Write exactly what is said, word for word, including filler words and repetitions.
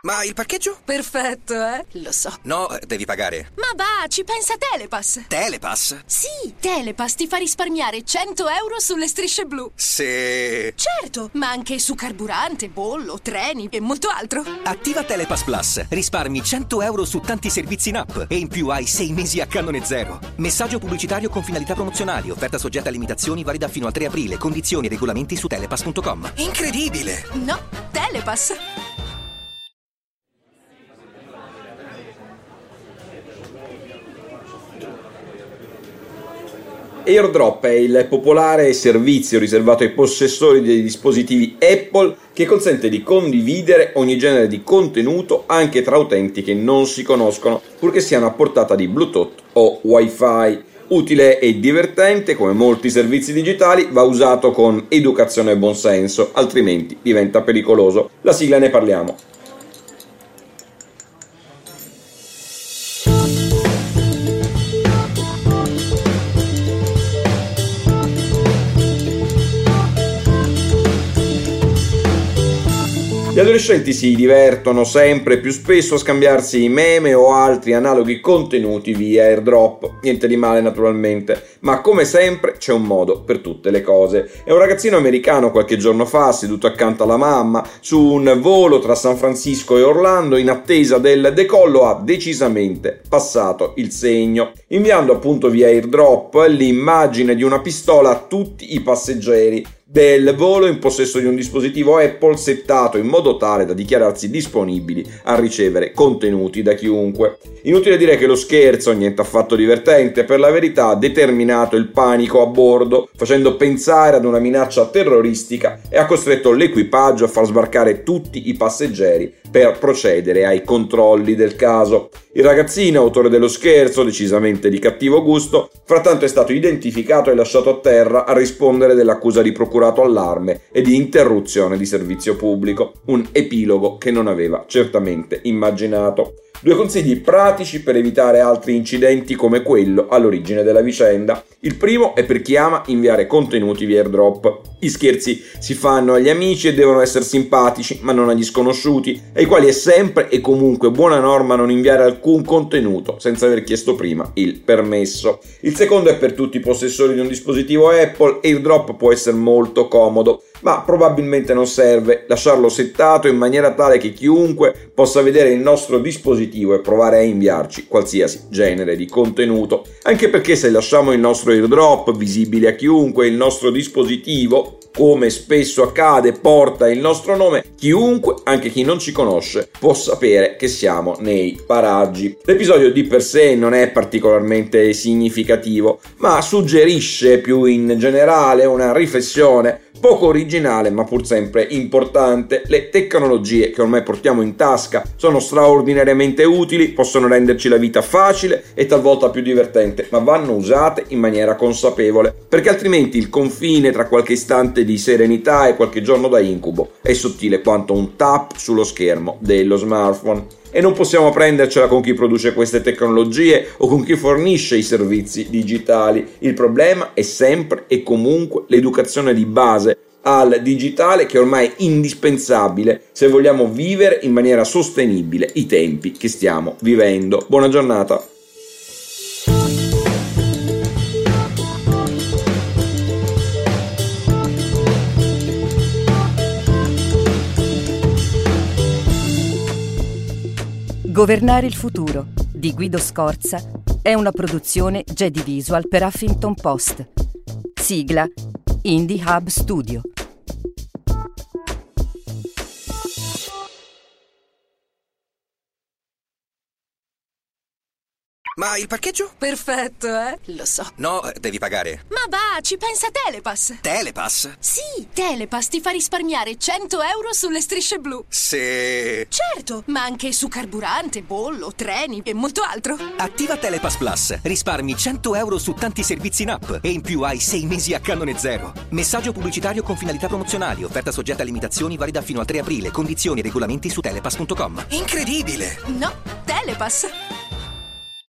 Ma il parcheggio? Perfetto, eh? Lo so. No, devi pagare. Ma va, ci pensa Telepass. Telepass? Sì, Telepass ti fa risparmiare cento euro sulle strisce blu. Se... Certo, ma anche su carburante, bollo, treni e molto altro. Attiva Telepass Plus. Risparmi cento euro su tanti servizi in app e in più hai sei mesi a canone zero. Messaggio pubblicitario con finalità promozionali. Offerta soggetta a limitazioni, valida fino al tre aprile. Condizioni e regolamenti su telepass punto com. Incredibile! No, Telepass. AirDrop è il popolare servizio riservato ai possessori dei dispositivi Apple che consente di condividere ogni genere di contenuto anche tra utenti che non si conoscono, purché siano a portata di Bluetooth o Wi-Fi. Utile e divertente, come molti servizi digitali, va usato con educazione e buonsenso, altrimenti diventa pericoloso. La sigla ne parliamo. Gli adolescenti si divertono sempre più spesso a scambiarsi meme o altri analoghi contenuti via AirDrop. Niente di male naturalmente, ma come sempre c'è un modo per tutte le cose. È un ragazzino americano qualche giorno fa, seduto accanto alla mamma, su un volo tra San Francisco e Orlando in attesa del decollo, ha decisamente passato il segno, inviando appunto via AirDrop l'immagine di una pistola a tutti i passeggeri del volo in possesso di un dispositivo Apple settato in modo tale da dichiararsi disponibili a ricevere contenuti da chiunque. Inutile dire che lo scherzo, niente affatto divertente, per la verità ha determinato il panico a bordo, facendo pensare ad una minaccia terroristica, e ha costretto l'equipaggio a far sbarcare tutti i passeggeri per procedere ai controlli del caso. Il ragazzino, autore dello scherzo, decisamente di cattivo gusto, frattanto è stato identificato e lasciato a terra a rispondere dell'accusa di procurato allarme e di interruzione di servizio pubblico, un epilogo che non aveva certamente immaginato. Due consigli pratici per evitare altri incidenti come quello all'origine della vicenda. Il primo è per chi ama inviare contenuti via AirDrop. Gli scherzi si fanno agli amici e devono essere simpatici, ma non agli sconosciuti, ai quali è sempre e comunque buona norma non inviare alcun contenuto senza aver chiesto prima il permesso. Il secondo è per tutti i possessori di un dispositivo Apple. AirDrop può essere molto comodo, ma probabilmente non serve lasciarlo settato in maniera tale che chiunque possa vedere il nostro dispositivo e provare a inviarci qualsiasi genere di contenuto, anche perché se lasciamo il nostro AirDrop visibile a chiunque, il nostro dispositivo, come spesso accade, porta il nostro nome, chiunque, anche chi non ci conosce, può sapere che siamo nei paraggi. L'episodio di per sé non è particolarmente significativo, ma suggerisce più in generale una riflessione poco originale ma pur sempre importante. Le tecnologie che ormai portiamo in tasca sono straordinariamente utili, possono renderci la vita facile e talvolta più divertente, ma vanno usate in maniera consapevole, perché altrimenti il confine tra qualche istante di serenità e qualche giorno da incubo è sottile quanto un tap sullo schermo dello smartphone. E non possiamo prendercela con chi produce queste tecnologie o con chi fornisce i servizi digitali. Il problema è sempre e comunque l'educazione di base al digitale, che ormai è indispensabile se vogliamo vivere in maniera sostenibile i tempi che stiamo vivendo. Buona giornata. Governare il futuro di Guido Scorza è una produzione Jedi Visual per Huffington Post. Sigla Indie Hub Studio. Ma il parcheggio? Perfetto, eh? Lo so. No, devi pagare. Ma va, ci pensa Telepass. Telepass? Sì, Telepass ti fa risparmiare cento euro sulle strisce blu. Se... Certo, ma anche su carburante, bollo, treni e molto altro. Attiva Telepass Plus. Risparmi cento euro su tanti servizi in app e in più hai sei mesi a canone zero. Messaggio pubblicitario con finalità promozionali. Offerta soggetta a limitazioni, valida fino al tre aprile. Condizioni e regolamenti su telepass punto com. Incredibile! No, Telepass.